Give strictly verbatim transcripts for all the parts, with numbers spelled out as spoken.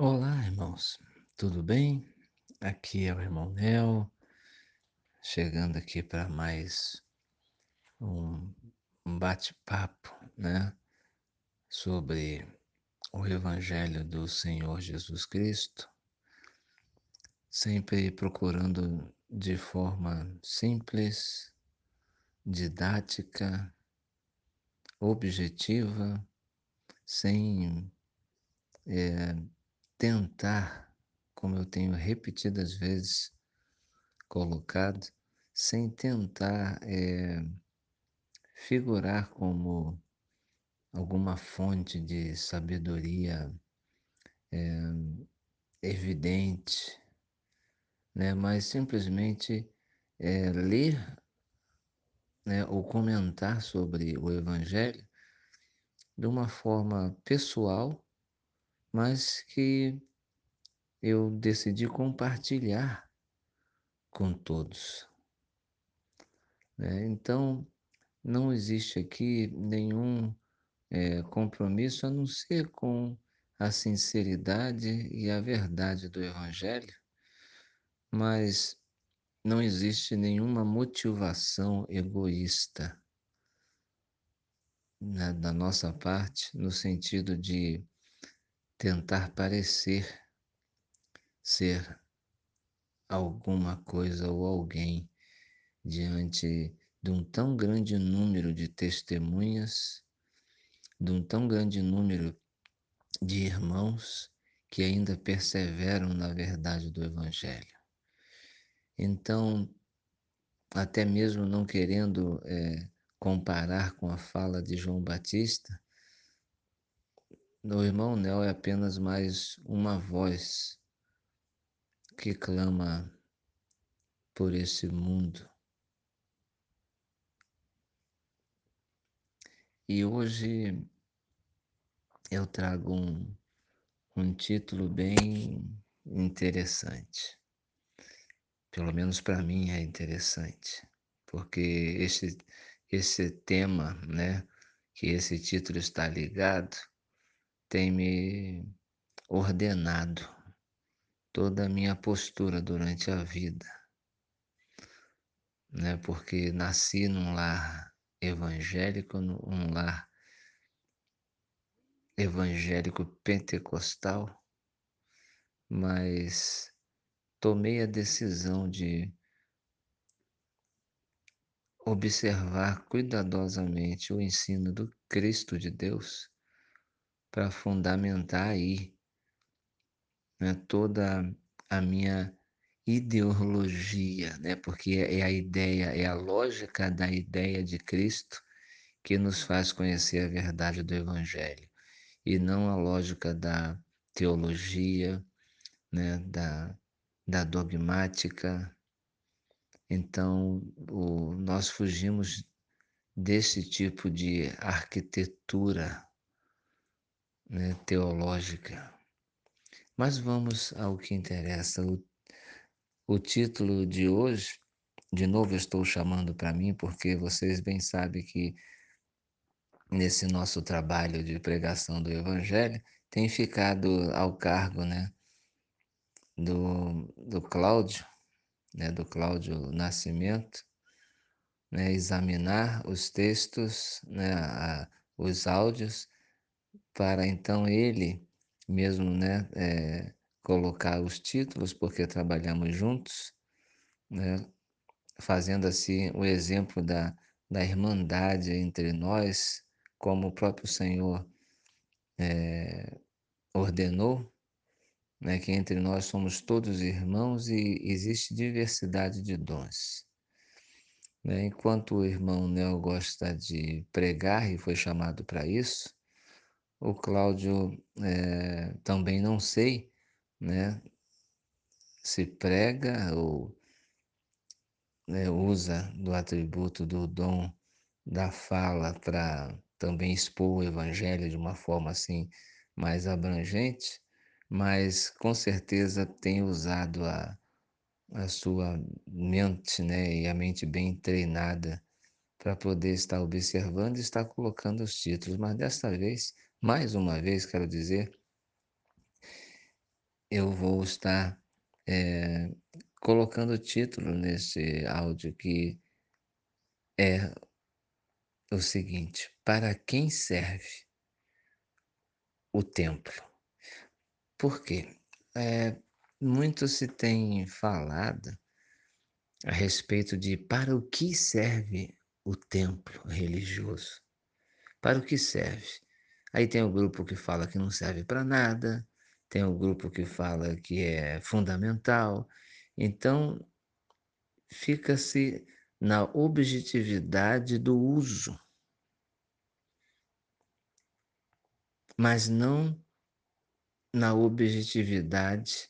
Olá, irmãos. Tudo bem? Aqui é o irmão Nel, chegando aqui para mais um, um bate-papo, né, sobre o Evangelho do Senhor Jesus Cristo, sempre procurando de forma simples, didática, objetiva, sem eh, tentar, como eu tenho repetidas vezes colocado, sem tentar eh, figurar como alguma fonte de sabedoria evidente, né? Mas simplesmente eh, ler, né, ou comentar sobre o Evangelho de uma forma pessoal, mas que eu decidi compartilhar com todos, né? Então, não existe aqui nenhum eh, compromisso a não ser com a sinceridade e a verdade do Evangelho, mas não existe nenhuma motivação egoísta, né, da nossa parte, no sentido de tentar parecer ser alguma coisa ou alguém diante de um tão grande número de testemunhas, de um tão grande número de irmãos que ainda perseveram na verdade do Evangelho. Então, até mesmo não querendo eh, comparar com a fala de João Batista, o irmão Nel é apenas mais uma voz que clama por esse mundo. E hoje eu trago um, um título bem interessante. Pelo menos para mim é interessante, porque esse, esse tema, né, que esse título está ligado, tem me ordenado toda a minha postura durante a vida, né? Porque nasci num lar evangélico, num lar evangélico pentecostal, mas tomei a decisão de observar cuidadosamente o ensino do Cristo de Deus para fundamentar aí, né, toda a minha ideologia, né? Porque é a ideia, é a lógica da ideia de Cristo que nos faz conhecer a verdade do Evangelho, e não a lógica da teologia, né, da, da dogmática. Então, o, nós fugimos desse tipo de arquitetura, né, teológica. Mas vamos ao que interessa. O, o título de hoje, de novo eu estou chamando para mim, porque vocês bem sabem que nesse nosso trabalho de pregação do Evangelho, tem ficado ao cargo, né, do, do Cláudio, né, do Cláudio Nascimento, né, examinar os textos, né, a, os áudios, para então ele mesmo, né, eh, colocar os títulos, porque trabalhamos juntos, né, fazendo assim o exemplo da, da irmandade entre nós, como o próprio Senhor ordenou, né, que entre nós somos todos irmãos e existe diversidade de dons, né? Enquanto o irmão Nel gosta de pregar e foi chamado para isso, o Cláudio eh, também não sei, né, se prega ou, né, usa do atributo do dom da fala para também expor o evangelho de uma forma assim mais abrangente, mas com certeza tem usado a, a sua mente, né, e a mente bem treinada para poder estar observando e estar colocando os títulos. Mas desta vez, mais uma vez, quero dizer, eu vou estar, eh, colocando o título nesse áudio que é o seguinte: "Para quem serve o templo?". Por quê? Eh, Muito se tem falado a respeito de para o que serve o templo religioso. Para o que serve? Aí tem o grupo que fala que não serve para nada, tem o grupo que fala que é fundamental. Então, fica-se na objetividade do uso, mas não na objetividade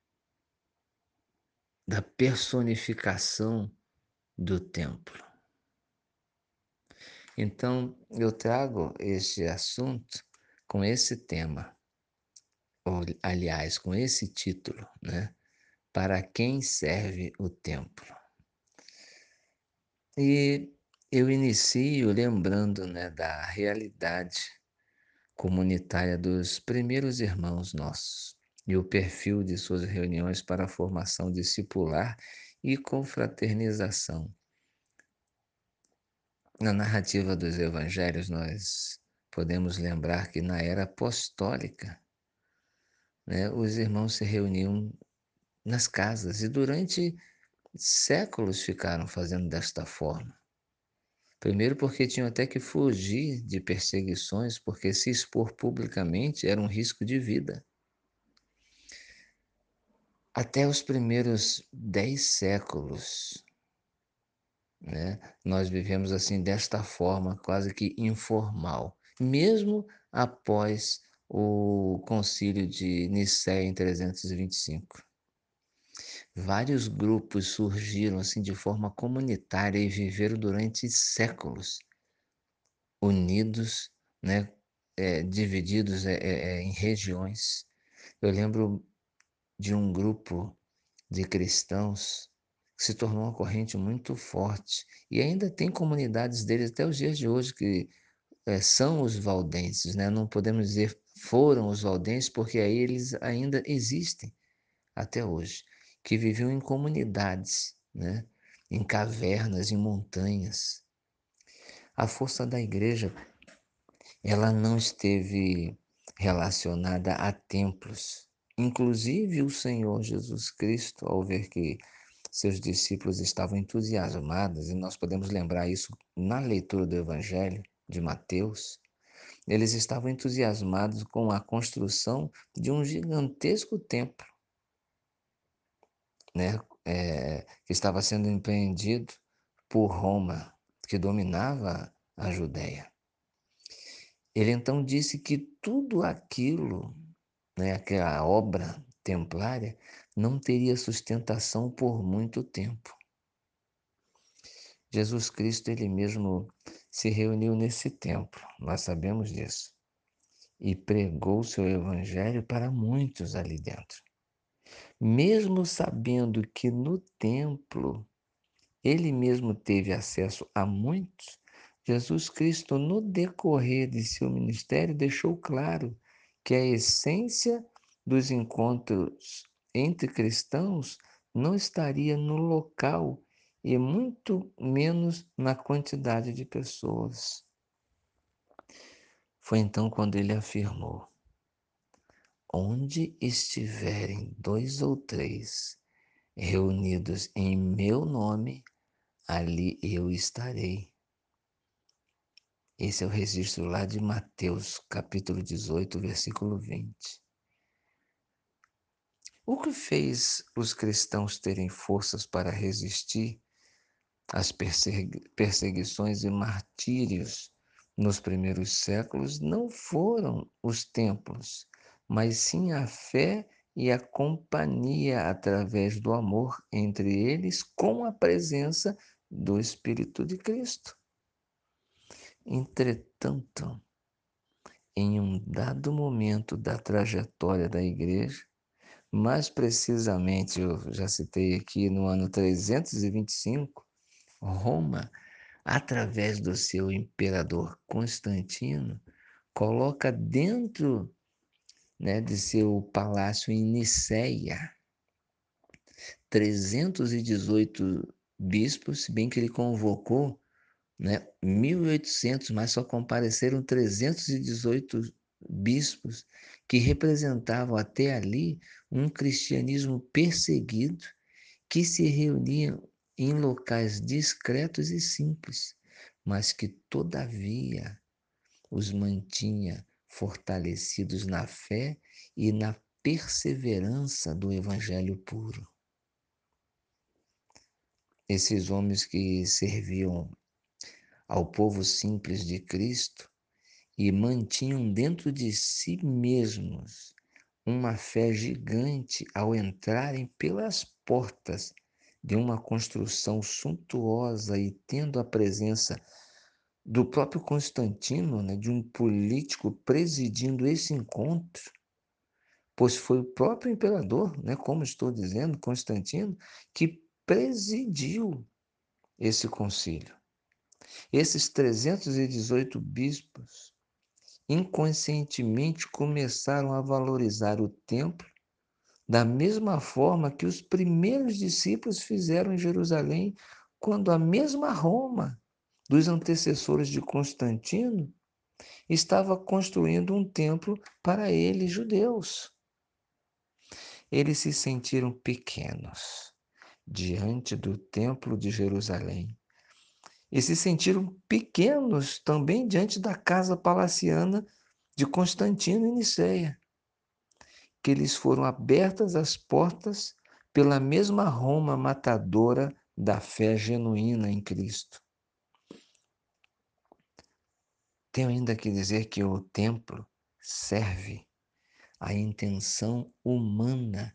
da personificação do templo. Então, eu trago este assunto com esse tema, ou aliás, com esse título, né? Para quem serve o templo? E eu inicio lembrando, né, da realidade comunitária dos primeiros irmãos nossos e o perfil de suas reuniões para a formação discipular e confraternização. Na narrativa dos evangelhos, nós podemos lembrar que na era apostólica, né, os irmãos se reuniam nas casas e durante séculos ficaram fazendo desta forma. Primeiro porque tinham até que fugir de perseguições, porque se expor publicamente era um risco de vida. Até os primeiros dez séculos, né, nós vivemos assim desta forma, quase que informal, mesmo após o concílio de Nicéia em trezentos e vinte e cinco. Vários grupos surgiram assim de forma comunitária e viveram durante séculos unidos, né, eh, divididos, eh eh eh, em regiões. Eu lembro de um grupo de cristãos que se tornou uma corrente muito forte e ainda tem comunidades deles até os dias de hoje que, eh, são os valdenses, né, não podemos dizer foram os valdenses, porque aí eles ainda existem até hoje, que viviam em comunidades, né, em cavernas, em montanhas. A força da igreja, ela não esteve relacionada a templos. Inclusive o Senhor Jesus Cristo, ao ver que seus discípulos estavam entusiasmados, e nós podemos lembrar isso na leitura do Evangelho de Mateus, eles estavam entusiasmados com a construção de um gigantesco templo, né, eh, que estava sendo empreendido por Roma, que dominava a Judéia. Ele então disse que tudo aquilo, né, aquela obra templária, não teria sustentação por muito tempo. Jesus Cristo, ele mesmo se reuniu nesse templo, nós sabemos disso, e pregou seu evangelho para muitos ali dentro. Mesmo sabendo que no templo ele mesmo teve acesso a muitos, Jesus Cristo, no decorrer de seu ministério, deixou claro que a essência dos encontros entre cristãos não estaria no local e muito menos na quantidade de pessoas. Foi então quando ele afirmou: onde estiverem dois ou três reunidos em meu nome, ali eu estarei. Esse é o registro lá de Mateus, capítulo dezoito, versículo vinte. O que fez os cristãos terem forças para resistir às persegui- perseguições e martírios nos primeiros séculos não foram os templos, mas sim a fé e a companhia através do amor entre eles com a presença do Espírito de Cristo. Entretanto, em um dado momento da trajetória da igreja, mais precisamente, eu já citei aqui no ano trezentos e vinte e cinco, Roma, através do seu imperador Constantino, coloca dentro né, de seu palácio em Nicéia. trezentos e dezoito bispos, se bem que ele convocou, né, mil e oitocentos, mas só compareceram trezentos e dezoito bispos que representavam até ali um cristianismo perseguido que se reuniam em locais discretos e simples, mas que todavia os mantinha fortalecidos na fé e na perseverança do evangelho puro. Esses homens que serviam ao povo simples de Cristo e mantinham dentro de si mesmos uma fé gigante ao entrarem pelas portas de uma construção suntuosa e tendo a presença do próprio Constantino, né, de um político presidindo esse encontro, pois foi o próprio imperador, né, como estou dizendo, Constantino, que presidiu esse concílio. Esses trezentos e dezoito bispos inconscientemente começaram a valorizar o templo da mesma forma que os primeiros discípulos fizeram em Jerusalém, quando a mesma Roma dos antecessores de Constantino estava construindo um templo para eles, judeus. Eles se sentiram pequenos diante do templo de Jerusalém e se sentiram pequenos também diante da casa palaciana de Constantino em Nicéia, que lhes foram abertas as portas pela mesma Roma matadora da fé genuína em Cristo. Tenho ainda que dizer que o templo serve à intenção humana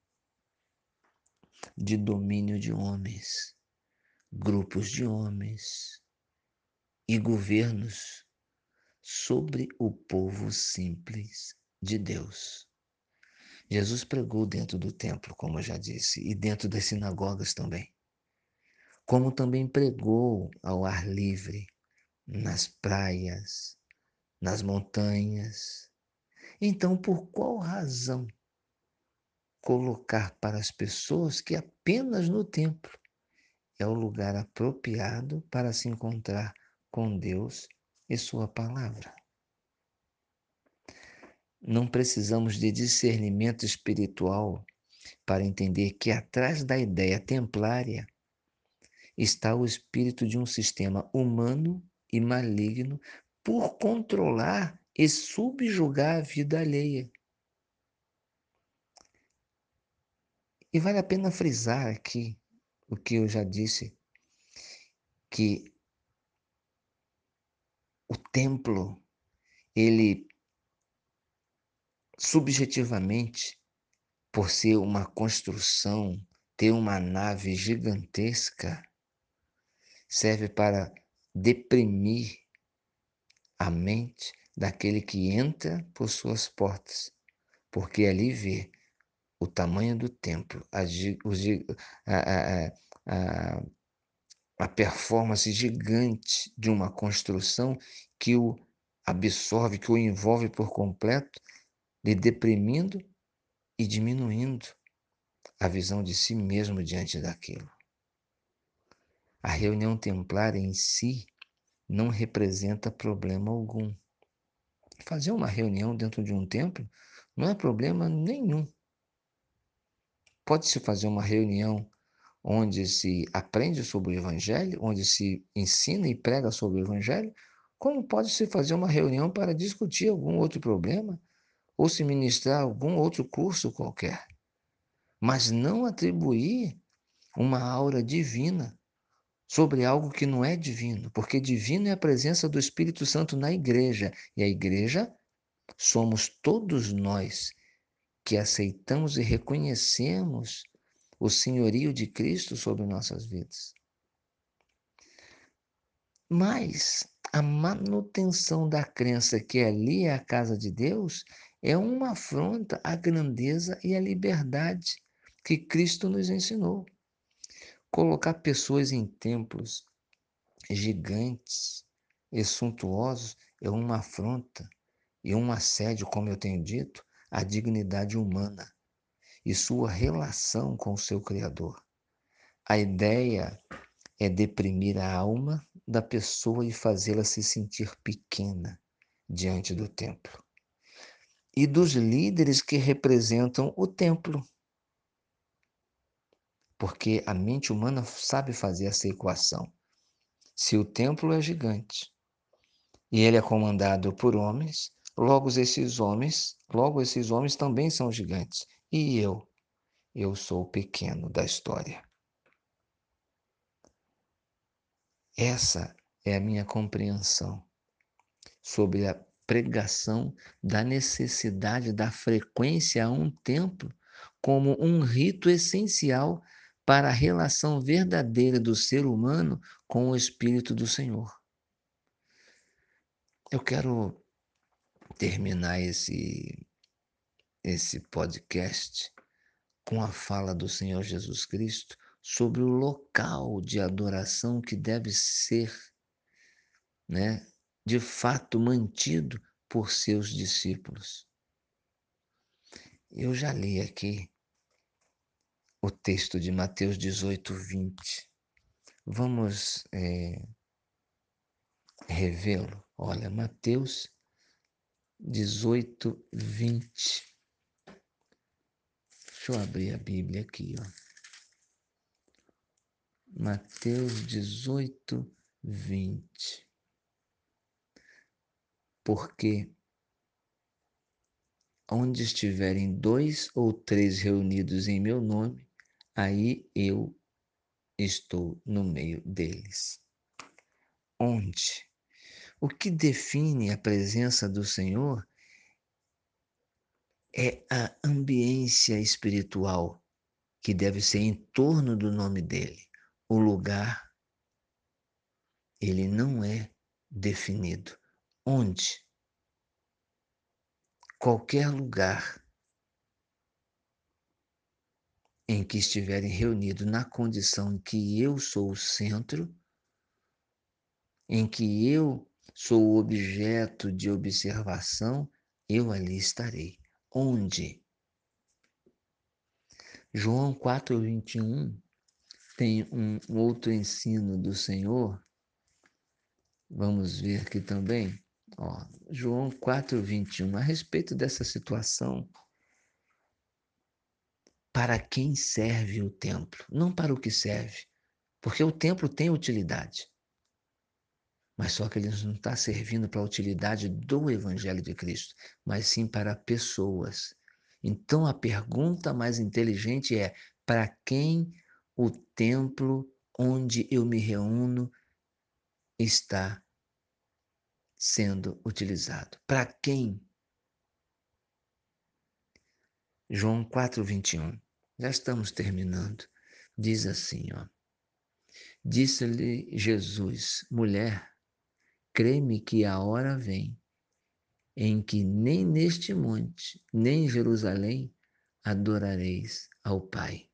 de domínio de homens, grupos de homens e governos sobre o povo simples de Deus. Jesus pregou dentro do templo, como eu já disse, e dentro das sinagogas também. Como também pregou ao ar livre, nas praias, nas montanhas. Então, por qual razão colocar para as pessoas que apenas no templo é o lugar apropriado para se encontrar com Deus e Sua palavra? Não precisamos de discernimento espiritual para entender que atrás da ideia templária está o espírito de um sistema humano e maligno por controlar e subjugar a vida alheia. E vale a pena frisar aqui o que eu já disse, que o templo, ele subjetivamente, por ser uma construção, ter uma nave gigantesca, serve para deprimir a mente daquele que entra por suas portas, porque ali vê o tamanho do templo, a, a, a, a, a performance gigante de uma construção que o absorve, que o envolve por completo, lhe deprimindo e diminuindo a visão de si mesmo diante daquilo. A reunião templária em si não representa problema algum. Fazer uma reunião dentro de um templo não é problema nenhum. Pode-se fazer uma reunião onde se aprende sobre o Evangelho, onde se ensina e prega sobre o Evangelho, como pode-se fazer uma reunião para discutir algum outro problema ou se ministrar algum outro curso qualquer, mas não atribuir uma aura divina sobre algo que não é divino, porque divino é a presença do Espírito Santo na igreja, e a igreja somos todos nós que aceitamos e reconhecemos o senhorio de Cristo sobre nossas vidas. Mas a manutenção da crença que ali é a casa de Deus é uma afronta à grandeza e à liberdade que Cristo nos ensinou. Colocar pessoas em templos gigantes e suntuosos é uma afronta e um assédio, como eu tenho dito, a dignidade humana e sua relação com o seu Criador. A ideia é deprimir a alma da pessoa e fazê-la se sentir pequena diante do templo e dos líderes que representam o templo, porque a mente humana sabe fazer essa equação. Se o templo é gigante e ele é comandado por homens, logo esses homens, logo esses homens também são gigantes. E eu, eu sou o pequeno da história. Essa é a minha compreensão sobre a pregação da necessidade da frequência a um templo como um rito essencial para a relação verdadeira do ser humano com o Espírito do Senhor. Eu quero terminar esse, esse podcast com a fala do Senhor Jesus Cristo sobre o local de adoração que deve ser, né, de fato mantido por seus discípulos. Eu já li aqui o texto de Mateus dezoito, vinte. Vamos é, revê-lo? Olha, Mateus dezoito, vinte. Deixa eu abrir a Bíblia aqui, ó. Mateus dezoito, vinte. Porque onde estiverem dois ou três reunidos em meu nome, aí eu estou no meio deles. Onde? O que define a presença do Senhor é a ambiência espiritual que deve ser em torno do nome dele. O lugar, ele não é definido. Onde? Qualquer lugar em que estiverem reunidos na condição em que eu sou o centro, em que eu sou o objeto de observação, eu ali estarei. Onde? João quatro, vinte e um tem um outro ensino do Senhor. Vamos ver aqui também. Ó, João quatro, vinte e um, a respeito dessa situação. Para quem serve o templo? Não para o que serve, porque o templo tem utilidade. Mas só que ele não está servindo para a utilidade do Evangelho de Cristo, mas sim para pessoas. Então a pergunta mais inteligente é: para quem o templo onde eu me reúno está sendo utilizado? Para quem? João quatro, vinte e um. Já estamos terminando. Diz assim, ó. Disse-lhe Jesus: mulher, crê-me que a hora vem em que nem neste monte, nem em Jerusalém adorareis ao Pai.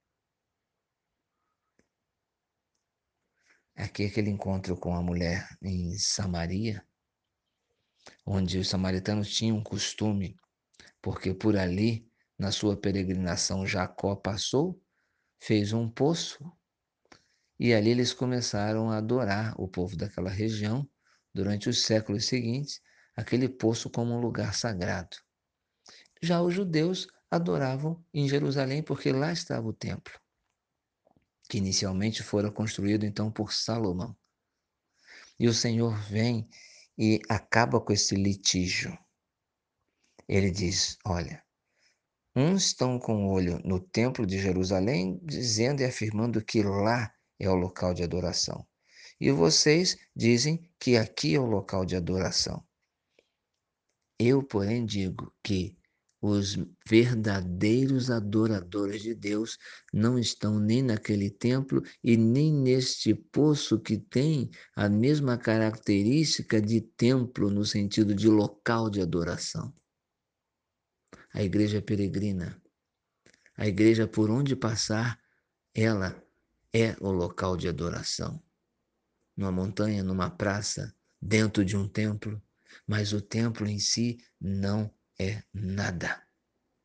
Aqui é aquele encontro com a mulher em Samaria, onde os samaritanos tinham um costume, porque por ali, na sua peregrinação, Jacó passou, fez um poço, e ali eles começaram a adorar o povo daquela região, durante os séculos seguintes, aquele poço como um lugar sagrado. Já os judeus adoravam em Jerusalém, porque lá estava o templo, que inicialmente fora construído então por Salomão. E o Senhor vem e acaba com esse litígio. Ele diz: olha, uns estão com o olho no templo de Jerusalém, dizendo e afirmando que lá é o local de adoração. E vocês dizem que aqui é o local de adoração. Eu, porém, digo que os verdadeiros adoradores de Deus não estão nem naquele templo e nem neste poço que tem a mesma característica de templo no sentido de local de adoração. A igreja peregrina, a igreja por onde passar, ela é o local de adoração. Numa montanha, numa praça, dentro de um templo, mas o templo em si não é nada.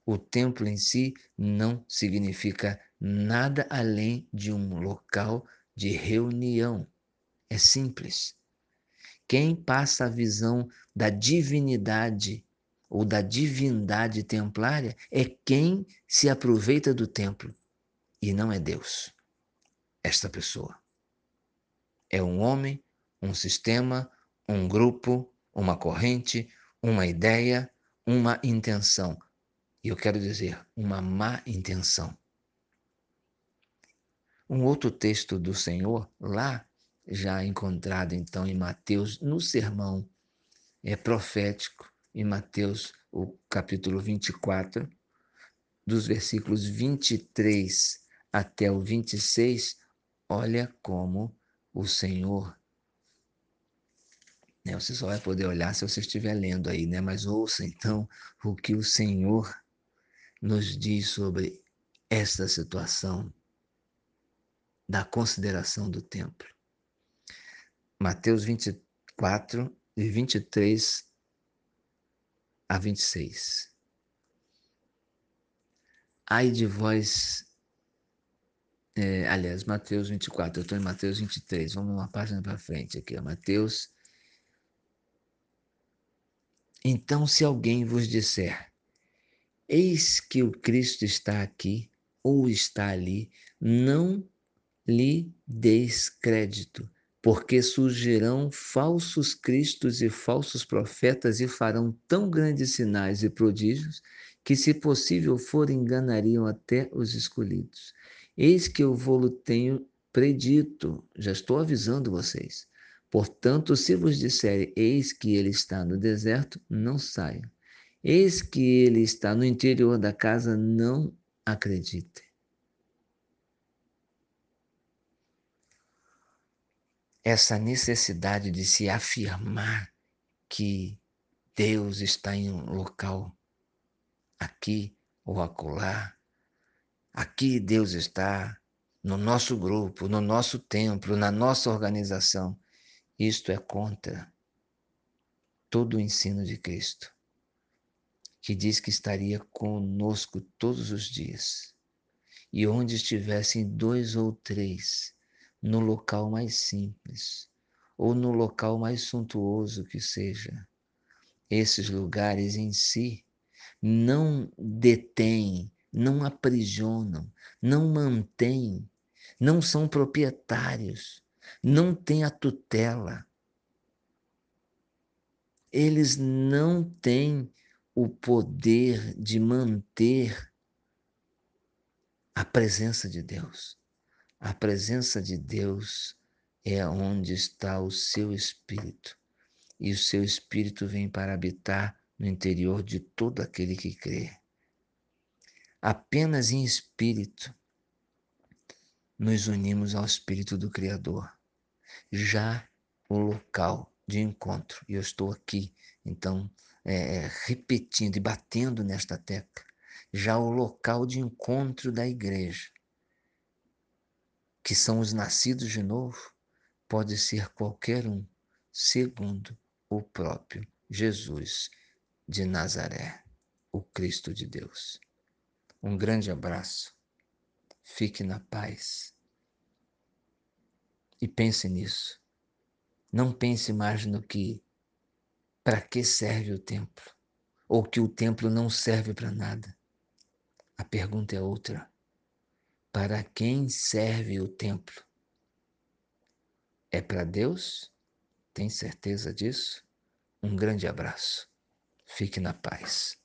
O templo em si não significa nada além de um local de reunião. É simples. Quem passa a visão da divinidade ou da divindade templária é quem se aproveita do templo e não é Deus, esta pessoa. É um homem, um sistema, um grupo, uma corrente, uma ideia, uma intenção. E eu quero dizer, uma má intenção. Um outro texto do Senhor, lá já encontrado então em Mateus, no sermão é profético, em Mateus, o capítulo vinte e quatro, dos versículos vinte e três até o vinte e seis, olha como o Senhor, né, você só vai poder olhar se você estiver lendo aí, né? Mas ouça então o que o Senhor nos diz sobre esta situação da consideração do templo. Mateus vinte e quatro, de vinte e três a vinte e seis. Ai de vós, é, aliás, Mateus vinte e quatro, eu estou em Mateus vinte e três, vamos uma página para frente aqui, ó, Mateus. Então, se alguém vos disser, eis que o Cristo está aqui, ou está ali, não lhe deis crédito, porque surgirão falsos cristos e falsos profetas e farão tão grandes sinais e prodígios que, se possível for, enganariam até os escolhidos. Eis que eu vou-lo tenho predito, já estou avisando vocês. Portanto, se vos disserem, eis que ele está no deserto, não saiam. Eis que ele está no interior da casa, não acreditem. Essa necessidade de se afirmar que Deus está em um local aqui ou acolá, aqui Deus está no nosso grupo, no nosso templo, na nossa organização. Isto é contra todo o ensino de Cristo, que diz que estaria conosco todos os dias. E onde estivessem dois ou três, no local mais simples, ou no local mais suntuoso que seja, esses lugares em si não detêm, não aprisionam, não mantêm, não são proprietários, não têm a tutela. Eles não têm o poder de manter a presença de Deus. A presença de Deus é onde está o seu Espírito. E o seu Espírito vem para habitar no interior de todo aquele que crê. Apenas em espírito nos unimos ao Espírito do Criador. Já o local de encontro, e eu estou aqui, então, é, repetindo e batendo nesta tecla, já o local de encontro da igreja, que são os nascidos de novo, pode ser qualquer um, segundo o próprio Jesus de Nazaré, o Cristo de Deus. Um grande abraço, fique na paz e pense nisso. Não pense mais no que, para que serve o templo, ou que o templo não serve para nada. A pergunta é outra. Para quem serve o templo? É para Deus? Tem certeza disso? Um grande abraço. Fique na paz.